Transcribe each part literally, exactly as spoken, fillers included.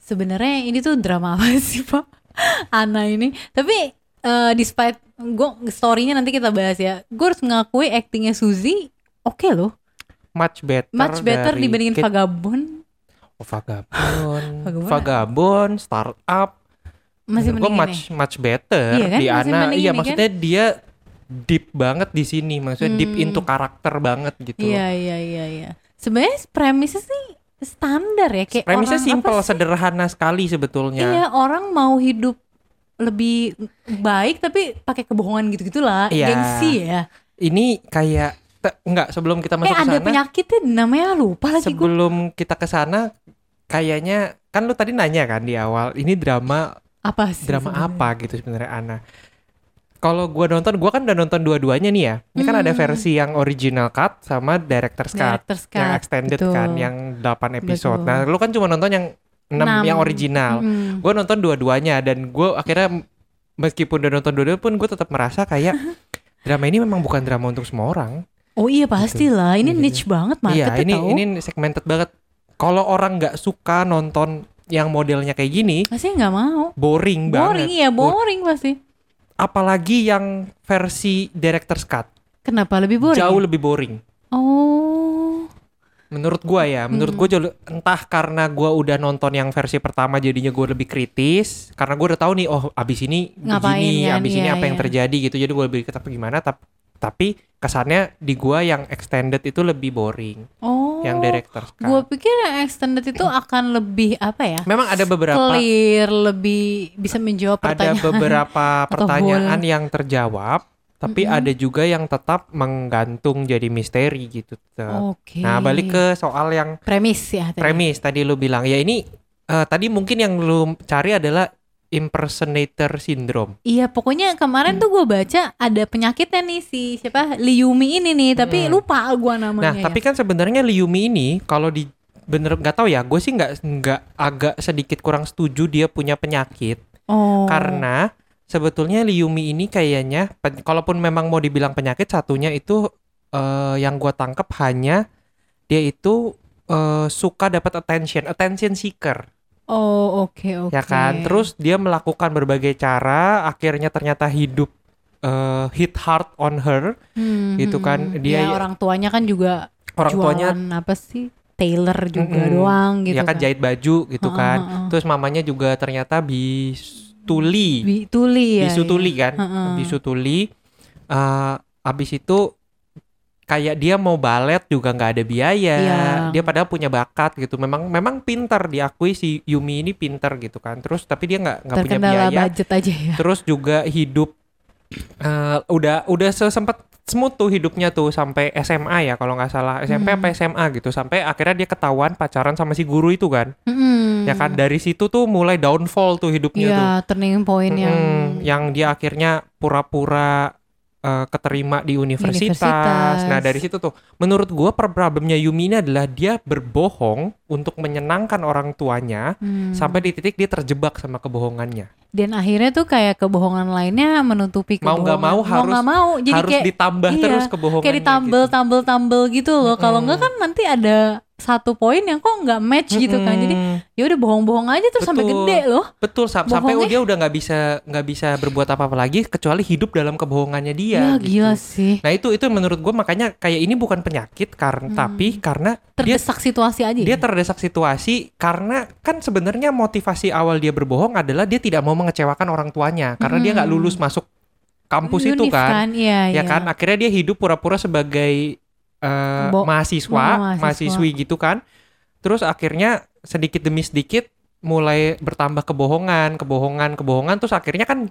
sebenarnya ini tuh drama apa sih Pak Ana ini. Tapi uh, despite gue story-nya nanti kita bahas ya, gue harus mengakui actingnya Suzy oke okay loh, much better much better dari dibandingin Kate... Vagabond. Oh, Vagabond Vagabond, Vagabond Startup masih gue much ini. much better Iya kan? di Masih Ana. Iya ini, maksudnya kan? dia deep banget di sini, maksudnya Hmm. deep into karakter banget gitu. Iya iya iya iya. Sebenarnya premisnya sih standar ya, kayak premisnya orang simple, apa sih? sederhana sekali sebetulnya. Iya, orang mau hidup lebih baik tapi pakai kebohongan gitu-gitulah, Iya. gengsi ya. Ini kayak te- enggak, sebelum kita masuk Eh ke ada sana, penyakitnya namanya lupa lagi gue. sebelum kita ke sana kayaknya kan lu tadi nanya kan di awal, ini drama Apa sih? drama sebenarnya? apa gitu sebenarnya Ana. Kalau gua nonton, gua kan udah nonton dua-duanya nih ya. Ini kan ada Hmm. versi yang original cut sama director's cut, Director's yang cut, extended betul. kan, yang delapan episode. Betul. Nah, lu kan cuma nonton yang enam Enam. yang original. Mm-mm. Gue nonton dua-duanya dan gue akhirnya meskipun udah nonton dua-duanya pun gue tetap merasa kayak drama ini memang bukan drama untuk semua orang. Oh iya pastilah, ini Gitu. niche banget marketnya Iya, ini tau. ini segmented banget. Kalau orang nggak suka nonton yang modelnya kayak gini, Pasti nggak mau. boring, Boring banget. iya, Bo- boring pasti. Apalagi yang versi director's cut, Kenapa lebih boring? jauh ya? lebih boring. Oh. Menurut gue ya, menurut gue jauh, entah karena gue udah nonton yang versi pertama jadinya gue lebih kritis, karena gue udah tahu nih, oh abis ini Ngapain begini, kan? abis ini Iya, apa yang iya. terjadi gitu, jadi gue lebih kritis apa gimana, tapi tapi kesannya di gue yang extended itu lebih boring, Oh. yang director's cut. Gue pikir yang extended itu akan lebih apa ya? Memang ada beberapa Clear, lebih bisa menjawab ada pertanyaan. beberapa Atau pertanyaan goal. yang terjawab, tapi Mm-mm. ada juga yang tetap menggantung jadi misteri gitu. tetep. Oke. Nah, balik ke soal yang premis ya. Tadi. premis tadi lu bilang, ya ini eh, tadi mungkin yang lu cari adalah impersonator syndrome. Iya, pokoknya Hmm. kemarin tuh gue baca ada penyakitnya nih si siapa Liumi ini nih, tapi Hmm. lupa gue namanya. Nah, tapi kan sebenarnya Liumi ini kalau di bener nggak tahu ya, gue sih nggak nggak agak sedikit kurang setuju dia punya penyakit. Oh. Karena sebetulnya Liumi ini kayaknya, pen- kalaupun memang mau dibilang penyakit, satunya itu eh, yang gue tangkep hanya dia itu eh, suka dapat attention, attention seeker, Oh, oke oke. ya kan. Terus dia melakukan berbagai cara, akhirnya ternyata hidup eh, hit hard on her, Hmm, gitu hmm, kan. hmm. Dia Ya, orang tuanya kan juga orang tuanya jualan apa sih? Tailor juga Mm-mm. doang gitu ya kan jahit baju gitu Heeh, kan. heeh. Terus mamanya juga ternyata bisutuli, Bi- tuli ya. bisutuli ya. kan, Heeh. bisutuli. Eh, abis itu kayak dia mau balet juga nggak ada biaya. Iya. Dia padahal punya bakat gitu. Memang memang pintar, diakui si Yumi ini pintar gitu kan. Terus tapi dia nggak nggak punya Terkendala biaya. budget aja ya. Terus juga hidup eh, udah udah sempat smooth tuh hidupnya tuh sampai S M A ya kalau nggak salah, S M P Hmm. apa S M A gitu, sampai akhirnya dia ketahuan pacaran sama si guru itu kan. Mm-mm. Ya kan, dari situ tuh mulai downfall tuh hidupnya tuh. Iya, turning point yang Mm-mm, yang dia akhirnya pura-pura uh, keterima di universitas. Universitas. Nah, dari situ tuh menurut gua per- problemnya Yumi ini adalah dia berbohong untuk menyenangkan orang tuanya, Hmm. sampai di titik dia terjebak sama kebohongannya. Dan akhirnya tuh kayak kebohongan lainnya menutupi Mau kebohongan. nggak mau harus- nggak mau. Jadi Harus kayak ditambah iya, terus kebohongannya. kayak ditambel gitu. tambel tambel gitu loh. Kalau Mm-mm. nggak kan nanti ada satu poin yang kok nggak match gitu kan. Jadi Mm-mm. ya udah bohong-bohong aja terus sampai Betul. gede loh. Betul, sam- sampai Bohongnya. dia udah nggak bisa nggak bisa berbuat apa-apa lagi kecuali hidup dalam kebohongannya Ya dia. gitu. gila sih. Nah itu itu menurut gue makanya kayak ini bukan penyakit karena Hmm. tapi karena dia Terdesak situasi aja. dia ya? terdesak situasi, karena kan sebenarnya motivasi awal dia berbohong adalah dia tidak mau mengecewakan orang tuanya karena dia nggak Hmm. lulus masuk kampus itu Univ kan. Iya, Ya iya. kan, akhirnya dia hidup pura-pura sebagai eh, Bo- mahasiswa, Oh, mahasiswa. mahasiswi gitu kan. Terus akhirnya sedikit demi sedikit mulai bertambah kebohongan, kebohongan, kebohongan. Terus akhirnya kan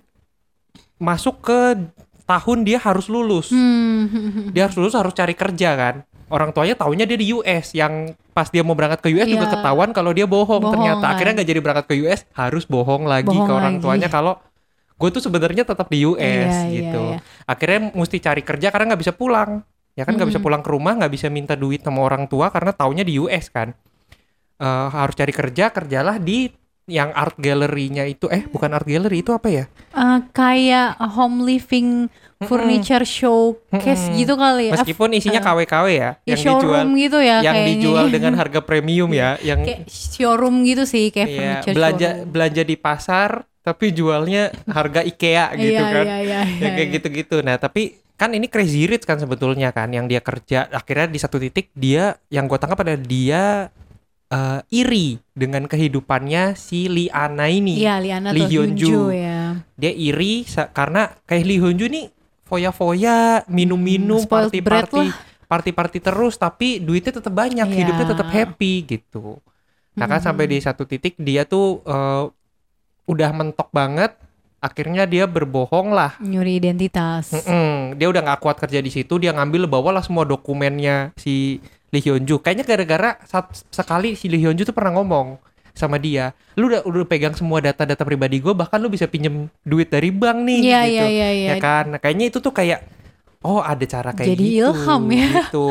masuk ke tahun dia harus lulus. Hmm. Dia harus lulus, harus cari kerja kan. Orang tuanya taunya dia di U S, yang pas dia mau berangkat ke U S juga Iya. ketahuan kalau dia bohong, Bohong, ternyata. kan. Akhirnya nggak jadi berangkat ke U S, harus bohong lagi Bohong ke orang lagi. tuanya kalau gue tuh sebenarnya tetap di U S Iya, iya, gitu. iya. Akhirnya mesti cari kerja karena nggak bisa pulang. Ya kan nggak bisa Mm-mm. pulang ke rumah, nggak bisa minta duit sama orang tua karena taunya di U S kan. Eh, harus cari kerja, kerjalah di yang art gallery-nya itu eh bukan art gallery itu apa ya? Uh, kayak home living furniture showcase Mm-mm. gitu kali ya. Meskipun isinya Uh, K W K W ya, ya yang dijual showroom gitu ya yang kayaknya. dijual dengan harga premium ya, yang Kayak showroom gitu sih, kayak iya, furniture belanja showroom. belanja di pasar tapi jualnya harga IKEA gitu Iya, kan. iya, iya, Ya iya, kayak iya. gitu-gitu. Nah, tapi kan ini crazy rich kan sebetulnya kan yang dia kerja. Akhirnya di satu titik dia, yang gue tangkap adalah dia eh, iri dengan kehidupannya si Liana ini. Iya, Liana Lee tuh Hyun-ju. Hyunju ya. Dia iri sa- karena kayak Lee Hyun-ju nih foya-foya, minum-minum, Hmm, spoiled brat party-party, lah. party-party terus, tapi duitnya tetap banyak, Iya. hidupnya tetap happy gitu. Nah kan Mm-mm. sampai di satu titik dia tuh eh, udah mentok banget, akhirnya dia berbohong lah. Nyuri identitas. Mm-mm. Dia udah nggak kuat kerja di situ, dia ngambil bawalah semua dokumennya si Lee Hyun-ju. Kayaknya gara-gara sat- sekali si Lee Hyun-ju tuh pernah ngomong sama dia, lu udah udah pegang semua data-data pribadi gue, bahkan lu bisa pinjem duit dari bank nih, Iya, gitu. iya, iya, iya. Ya kan, nah, kayaknya itu tuh kayak, oh ada cara kayak Jadi gitu, ilham ya. gitu.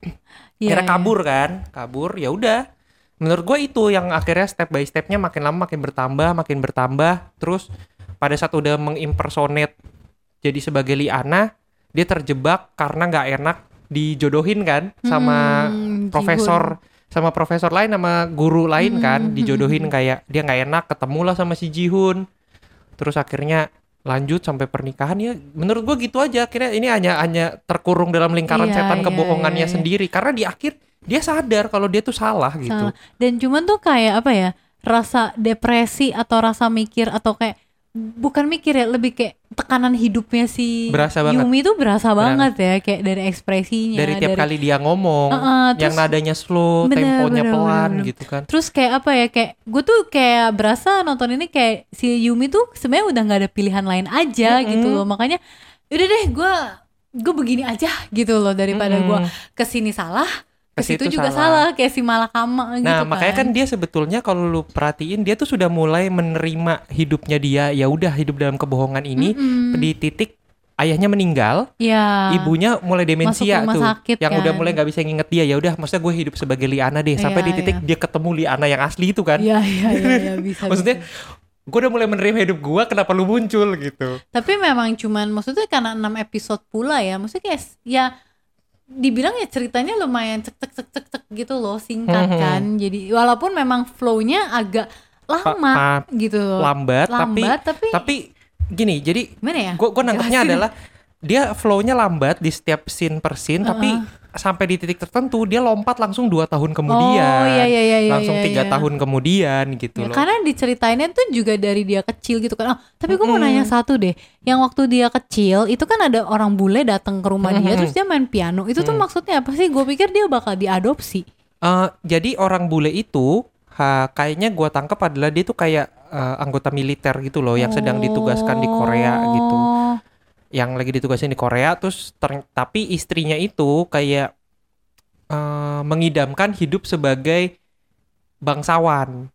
Iya, Kira iya. kabur kan, kabur, ya udah. Menurut gue itu yang akhirnya step by stepnya makin lama makin bertambah, makin bertambah. Terus pada saat udah mengimpersonate jadi sebagai Liana, dia terjebak karena nggak enak dijodohin kan sama Hmm, profesor, sama profesor lain, sama guru lain kan, Hmm, dijodohin hmm, kayak dia nggak enak, ketemulah sama si Jihun. Terus akhirnya lanjut sampai pernikahan. Ya menurut gue gitu aja, akhirnya ini hanya hanya terkurung dalam lingkaran Iya, setan iya, kebohongannya iya, iya. sendiri, karena di akhir dia sadar kalau dia tuh salah gitu. Salah. Dan cuman tuh kayak apa ya, rasa depresi atau rasa mikir atau kayak bukan mikir ya, lebih kayak tekanan hidupnya si Berasa banget. Yumi tuh berasa Benar. banget ya, kayak dari ekspresinya, Dari tiap kali dia ngomong, Uh-uh, yang terus- nadanya slow, Bener, temponya bener, pelan bener, bener. gitu kan. Terus kayak apa ya, kayak gue tuh kayak berasa nonton ini kayak si Yumi tuh sebenarnya udah nggak ada pilihan lain aja Mm-mm. gitu loh, makanya udah deh gue gue begini aja gitu loh, daripada gue Mm-mm. kesini salah, ke Kesitu situ juga salah. salah, kayak si Malakama gitu Nah, kan. makanya kan dia sebetulnya kalau lu perhatiin dia tuh sudah mulai menerima hidupnya dia, ya udah hidup dalam kebohongan ini. Mm-mm. Di titik ayahnya meninggal, Ya. ibunya mulai demensia Masuk rumah tuh, sakit yang kan. udah mulai nggak bisa nginget dia. Ya udah, maksudnya gue hidup sebagai Liana deh, sampai Iya, di titik iya. dia ketemu Liana yang asli itu kan. Iya, iya, iya, iya, bisa. Maksudnya bisa. gue udah mulai menerima hidup gue, kenapa lu muncul gitu. Tapi memang cuman maksudnya karena enam episode pula ya, maksudnya kayak ya dibilang ya ceritanya lumayan cek cek cek cek cek gitu loh, singkat Mhm. kan. Jadi walaupun memang flow-nya agak lama Pa- gitu loh. Lambat, Lambat, tapi tapi, tapi gini, jadi gimana ya? gue gue nangkepnya Jelasin. adalah dia flow-nya lambat di setiap scene per scene, tapi Uh-uh. sampai di titik tertentu dia lompat langsung dua tahun kemudian, Oh, iya, iya, iya, iya, langsung iya, tiga iya. tahun kemudian gitu Ya, loh. karena diceritainnya tuh juga dari dia kecil gitu kan. Oh, tapi gue mau Mm-mm. nanya satu deh. Yang waktu dia kecil itu kan ada orang bule datang ke rumah dia, Mm-mm. terus dia main piano. Itu tuh Mm. maksudnya apa sih? Gue pikir dia bakal diadopsi. Eh, jadi orang bule itu ha, kayaknya gue tangkap adalah dia tuh kayak eh, anggota militer gitu loh, yang sedang ditugaskan di Korea gitu, Oh. yang lagi ditugasin di Korea. Terus ter- tapi istrinya itu kayak eh, mengidamkan hidup sebagai bangsawan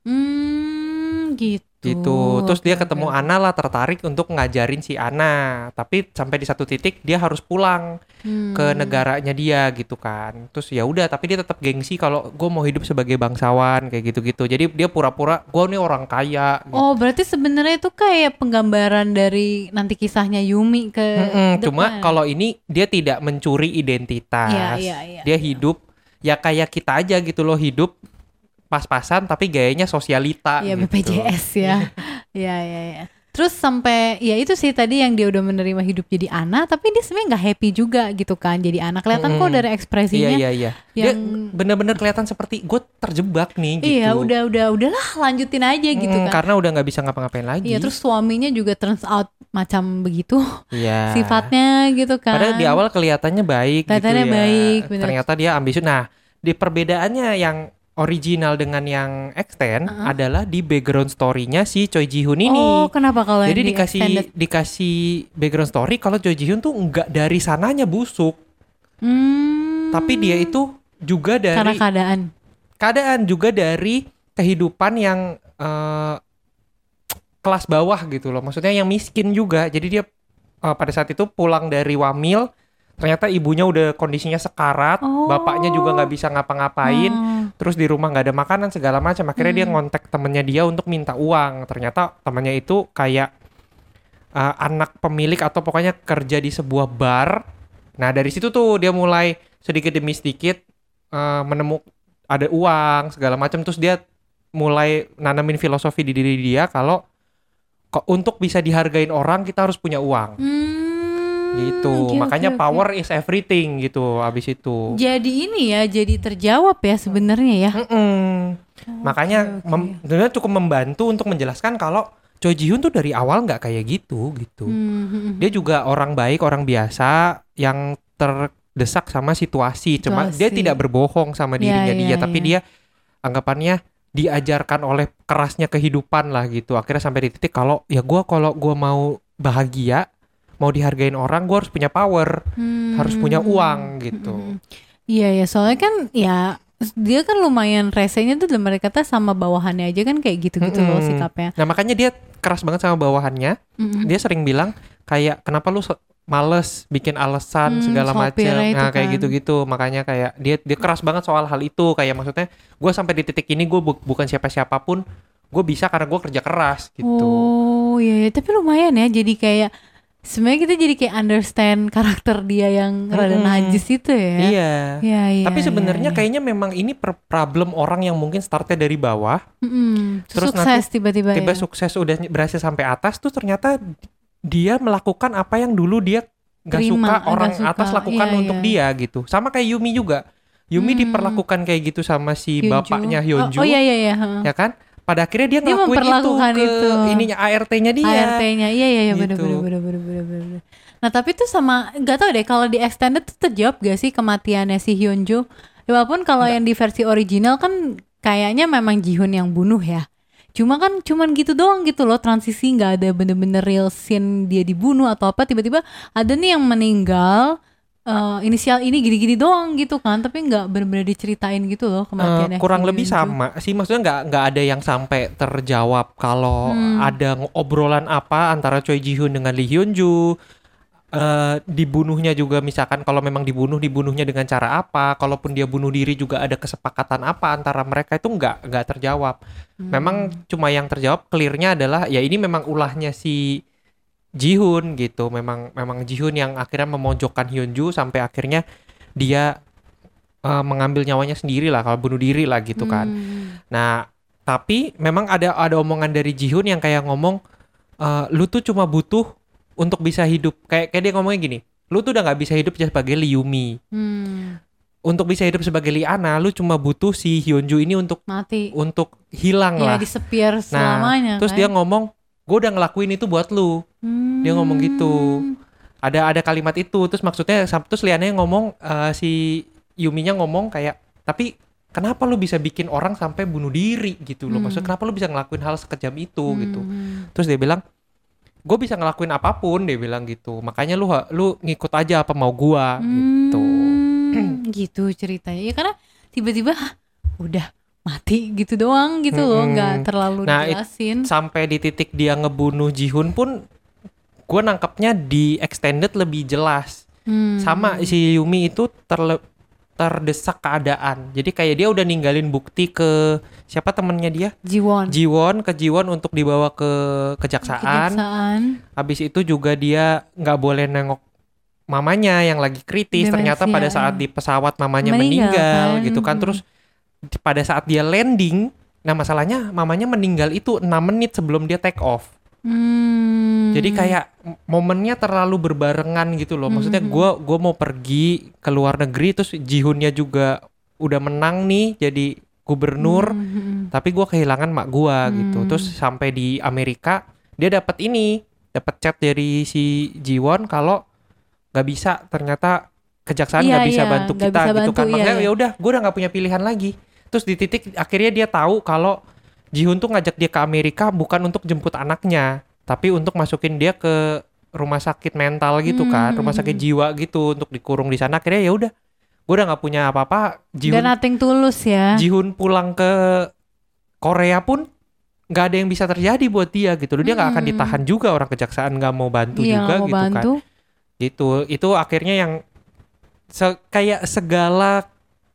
Hmm, gitu. gitu. Terus dia Oke, ketemu oke. Ana lah, tertarik untuk ngajarin si Ana. Tapi sampai di satu titik dia harus pulang Hmm. ke negaranya dia gitu kan. Terus ya udah, tapi dia tetap gengsi kalau gue mau hidup sebagai bangsawan kayak gitu-gitu. Jadi dia pura-pura gue nih orang kaya. Gitu. Oh, berarti sebenarnya itu kayak penggambaran dari nanti kisahnya Yumi ke Mm-mm, depan. cuma kalau ini dia tidak mencuri identitas. Iya, iya, iya, dia iya. hidup ya kayak kita aja gitu loh, hidup pas-pasan tapi gayanya sosialita Iya, gitu. B P J S ya. Iya, iya, iya. Terus sampai ya itu sih tadi yang dia udah menerima hidup jadi anak, tapi dia sebenarnya nggak happy juga gitu kan jadi anak. Kelihatan kok Mm-mm. dari ekspresinya. Iya iya iya. Dia Yang- bener-bener kelihatan seperti gue terjebak nih gitu. Iya, udah udah udahlah lanjutin aja gitu Mm, kan. Karena udah nggak bisa ngapa-ngapain lagi. Iya, terus suaminya juga turns out macam begitu Iya. sifatnya gitu kan. Padahal di awal kelihatannya baik Kelihatannya gitu ya. baik, bener. Ternyata dia ambisius. Nah, di perbedaannya yang original dengan yang extend Uh-uh. adalah di background story-nya si Choi Ji-hoon ini. Oh, kenapa kalau Jadi yang di dikasih extended? dikasih background story kalau Choi Ji-hoon tuh nggak dari sananya busuk, Hmm, tapi dia itu juga dari karena keadaan. keadaan, juga dari kehidupan yang eh, kelas bawah gitu loh. Maksudnya yang miskin juga. Jadi dia eh, pada saat itu pulang dari wamil, ternyata ibunya udah kondisinya sekarat, Oh. bapaknya juga nggak bisa ngapa-ngapain, Hmm. terus di rumah nggak ada makanan segala macam. Akhirnya dia Hmm. ngontak temennya dia untuk minta uang. Ternyata temennya itu kayak uh, anak pemilik atau pokoknya kerja di sebuah bar. Nah dari situ tuh dia mulai sedikit demi sedikit uh, menemu ada uang segala macam. Terus dia mulai nanamin filosofi di diri dia kalau kok untuk bisa dihargain orang kita harus punya uang. Hmm, Gitu. oke, Makanya oke, oke. power is everything gitu abis itu. Jadi ini ya, jadi terjawab ya sebenarnya ya. Mm-mm. Makanya oke. mem- sebenarnya cukup membantu untuk menjelaskan kalau Choi Ji Hoon tuh dari awal nggak kayak gitu gitu. Hmm, hmm, hmm. Dia juga orang baik, orang biasa yang terdesak sama situasi. Cuma dia Situasi. tidak berbohong sama Ya, dirinya ya, dia, tapi ya. dia anggapannya diajarkan oleh kerasnya kehidupan lah gitu. Akhirnya sampai di titik kalau ya gua kalau gua mau bahagia, mau dihargain orang, gua harus punya power, Hmm. harus punya uang gitu. Iya ya, soalnya kan ya dia kan lumayan resenya tuh dalam mereka kata sama bawahannya aja kan kayak gitu-gitu loh Mm-mm. sikapnya. Nah makanya dia keras banget sama bawahannya. Mm-mm. Dia sering bilang kayak kenapa lu se- males bikin alasan Hmm, segala macam. sopirnya itu Nah kayak kan. gitu-gitu. Makanya kayak dia dia keras banget soal hal itu. Kayak maksudnya gue sampai di titik ini gue bu- bukan siapa-siapapun. Gue bisa karena gue kerja keras gitu. Oh iya, ya. Tapi lumayan ya jadi kayak sebenarnya kita jadi kayak understand karakter dia yang rada Mm-mm. najis itu ya. Iya. Iya, iya. Tapi sebenarnya iya, iya. kayaknya memang ini per- problem orang yang mungkin startnya dari bawah. Mm-mm. Terus Sukses tiba-tiba Tiba ya. sukses udah berhasil sampai atas tuh ternyata dia melakukan apa yang dulu dia gak Terima, suka nggak orang suka. atas lakukan Iya, untuk iya. dia gitu. Sama kayak Yumi juga. Yumi Hmm. diperlakukan kayak gitu sama si Hyunju. bapaknya Hyunju, Oh, oh iya iya iya. heeh. ya kan? Pada akhirnya dia Dia ngelakuin itu memperlakukan ke itu. ininya A R T-nya dia. A R T-nya iya iya iya bener Gitu. bener bener bener bener bener. Nah tapi tuh sama nggak tahu deh kalau di extended tuh terjawab gak sih kematiannya si Hyunju? Ya, walaupun kalau yang di versi original kan kayaknya memang Jihoon yang bunuh ya. Cuma kan cuman gitu doang gitu loh, transisi nggak ada bener-bener real scene dia dibunuh atau apa, tiba-tiba ada nih yang meninggal eh, inisial ini gini-gini doang gitu kan, tapi nggak bener-bener diceritain gitu loh Eh, kematiannya. kurang si lebih Hyunju. sama sih, maksudnya nggak nggak ada yang sampai terjawab kalau Hmm. ada ng- obrolan apa antara Choi Ji Hoon dengan Lee Hyun Joo. Eh, dibunuhnya juga misalkan kalau memang dibunuh dibunuhnya dengan cara apa, kalaupun dia bunuh diri juga ada kesepakatan apa antara mereka, itu nggak nggak terjawab. Hmm. Memang cuma yang terjawab clearnya adalah ya ini memang ulahnya si Ji-hoon gitu. Memang memang Ji-hoon yang akhirnya memojokkan Hyunju sampai akhirnya dia eh, mengambil nyawanya sendiri lah, kalau bunuh diri lah gitu kan. Hmm. Nah, tapi memang ada ada omongan dari Ji-hoon yang kayak ngomong eh, lu tuh cuma butuh untuk bisa hidup, kayak kayak dia ngomongnya gini, lu tuh udah nggak bisa hidup sebagai Lee Yumi. Hmm. Untuk bisa hidup sebagai Liana, lu cuma butuh si Hyunju ini untuk Mati. untuk hilang Ya lah. disepir Nah, selamanya terus kan. dia ngomong, gue udah ngelakuin itu buat lu. Dia ngomong gitu. Ada ada kalimat itu, terus maksudnya sam- terus Liana yang ngomong, eh, si Yuminya ngomong kayak, tapi kenapa lu bisa bikin orang sampai bunuh diri gitu loh? Hmm. Maksudnya kenapa lu bisa ngelakuin hal sekejam itu Hmm. gitu? Terus dia bilang, gue bisa ngelakuin apapun, dia bilang gitu. Makanya lu ha- lu ngikut aja apa mau gua gitu. Hmm, gitu ceritanya. Ya karena tiba-tiba hah, udah mati gitu doang gitu loh, Mm-mm. nggak terlalu Nah, it- dijelasin. Sampai di titik dia ngebunuh Ji-hoon pun gue nangkepnya di extended lebih jelas. Hmm. Sama si Yumi itu terle- terdesak keadaan. Jadi kayak dia udah ninggalin bukti ke siapa temennya dia? Jiwon. Jiwon, ke Jiwon untuk dibawa ke kejaksaan. Kejaksaan. Habis itu juga dia nggak boleh nengok mamanya yang lagi kritis. Demensia, Ternyata pada saat ya. di pesawat mamanya Meninggal, meninggal, kan? gitu kan. Hmm. Terus di- pada saat dia landing, nah masalahnya mamanya meninggal itu enam menit sebelum dia take off. Hmm. Jadi kayak m- momennya terlalu berbarengan gitu loh. Maksudnya Mhm. gue gua mau pergi ke luar negeri, terus Ji-hoonnya juga udah menang nih jadi gubernur, Hmm. tapi gue kehilangan mak gue gitu. Hmm. Terus sampai di Amerika dia dapat ini, dapat chat dari si Ji-won kalau nggak bisa, ternyata kejaksaan nggak Iya, bisa iya, bantu nggak kita bisa gitu bantu, kan. iya, Makanya iya. ya udah, gue udah nggak punya pilihan lagi. Terus di titik akhirnya dia tahu kalau Ji-hoon tuh ngajak dia ke Amerika bukan untuk jemput anaknya, tapi untuk masukin dia ke rumah sakit mental gitu kan, Hmm. rumah sakit jiwa gitu untuk dikurung di sana. Akhirnya ya udah, gue udah nggak punya apa-apa. Ji-hoon, Dan nothing tulus ya. Ji-hoon pulang ke Korea pun nggak ada yang bisa terjadi buat dia gitu loh. Dia nggak akan Hmm. ditahan juga, orang kejaksaan nggak mau bantu Iya, juga nggak mau gitu bantu. kan. Gitu, itu akhirnya yang Se- kayak segala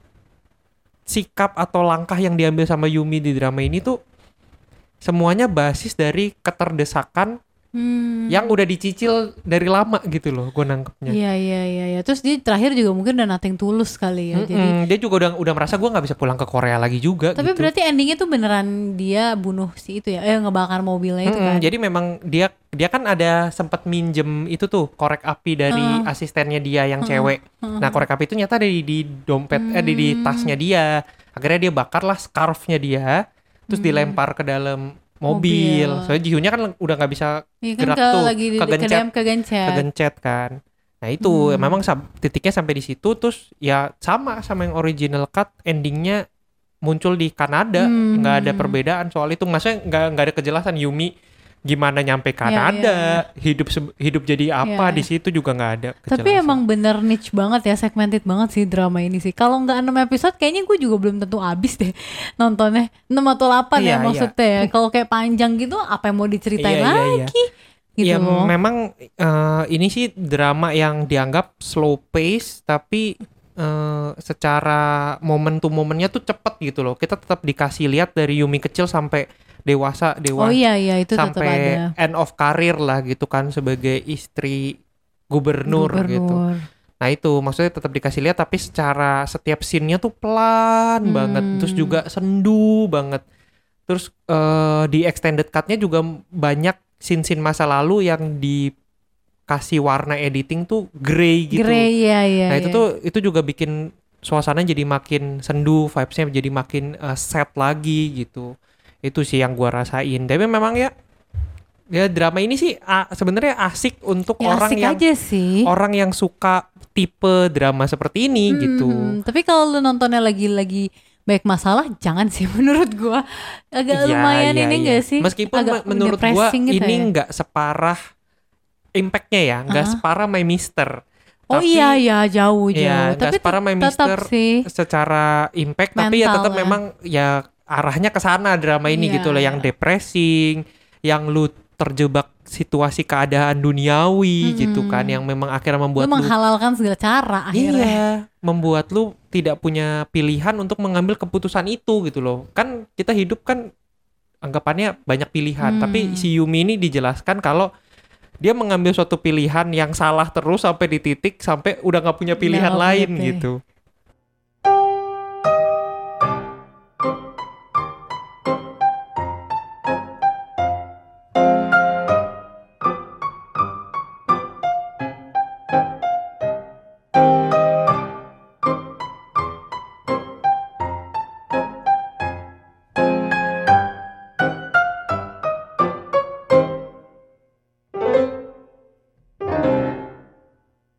sikap atau langkah yang diambil sama Yumi di drama ini tuh semuanya basis dari keterdesakan Hmm. yang udah dicicil dari lama gitu loh, gue nangkepnya. Iya iya iya iya. Terus dia terakhir juga mungkin udah nothing tulus kali ya. Jadi Mm-mm, dia juga udah udah merasa gue nggak bisa pulang ke Korea lagi juga. tapi gitu. berarti endingnya tuh beneran dia bunuh si itu ya, eh ngebakar mobilnya itu Mm-mm, kan. jadi memang dia dia kan ada sempat minjem itu tuh korek api dari Heeh. asistennya dia yang Heeh, cewek. heeh. Nah korek api itu nyata ada di, di dompet eh di, di Hmm. tasnya dia. Akhirnya dia bakar lah scarfnya dia, terus Hmm. dilempar ke dalam mobil. Mobil. Soalnya Jihoonnya kan udah nggak bisa Iya kan gerak kalau tuh, lagi di kegencet. kedem kegencet. kegencet kan. Nah itu Hmm. memang sam- titiknya sampai di situ, terus ya sama sama yang original cut, endingnya muncul di Kanada, Hmm. nggak ada perbedaan soal itu. Maksudnya nggak nggak ada kejelasan Yumi gimana nyampe Kanada, iya, hidup se- hidup jadi apa Iya, di iya. situ juga nggak ada kejelasan. Tapi emang bener niche banget ya, segmented banget sih drama ini sih. Kalau nggak enam episode kayaknya gue juga belum tentu habis deh nontonnya. enam atau delapan Iya, ya iya. maksudnya ya. Kalau kayak panjang gitu apa yang mau diceritain Iya, iya, iya. lagi? Gitu Ya loh. memang eh, ini sih drama yang dianggap slow pace, tapi eh, secara momen to momennya tuh cepet gitu loh. Kita tetap dikasih lihat dari Yumi kecil sampai dewasa, Oh dewasa iya iya itu tetap sampai ada. end of career lah gitu kan, sebagai istri gubernur, gitu. Gubernur. Nah itu maksudnya tetap dikasih lihat, tapi secara setiap scene-nya tuh pelan Hmm. banget, terus juga sendu banget. Terus eh, di extended cut-nya juga banyak scene-scene masa lalu yang dikasih warna editing tuh grey gitu. Grey ya ya. Nah itu ya. tuh itu juga bikin suasana jadi makin sendu, vibes-nya jadi makin eh, set lagi gitu. Itu sih yang gua rasain. Tapi memang ya ya drama ini sih ah, sebenarnya asik untuk Ya, orang asik yang aja sih. orang yang suka tipe drama seperti ini gitu. Hmm, tapi kalau lu nontonnya lagi-lagi baik masalah, jangan sih menurut gua. Agak Iya, lumayan iya, ini iya. enggak sih? Meskipun Agak me- menurut gua depressing gitu ini ya. nggak separah impactnya ya, nggak Hah? separah My Mister. Oh Tapi- iya iya jauh jauh. Iya, nggak tapi separah My tetap Mister sih. secara impact, tapi ya Mental tetap ya. memang ya arahnya ke sana drama ini Iya. gitu loh, yang depressing, yang lu terjebak situasi keadaan duniawi Mm-mm. gitu kan, yang memang akhirnya Lu membuat lu menghalalkan segala cara akhirnya. iya, membuat lu tidak punya pilihan untuk mengambil keputusan itu gitu loh. Kan kita hidup kan anggapannya banyak pilihan, Hmm. tapi si Yumi ini dijelaskan kalau dia mengambil suatu pilihan yang salah terus sampai di titik sampai udah nggak punya Udah pilihan nggak punya lain pilihan. gitu.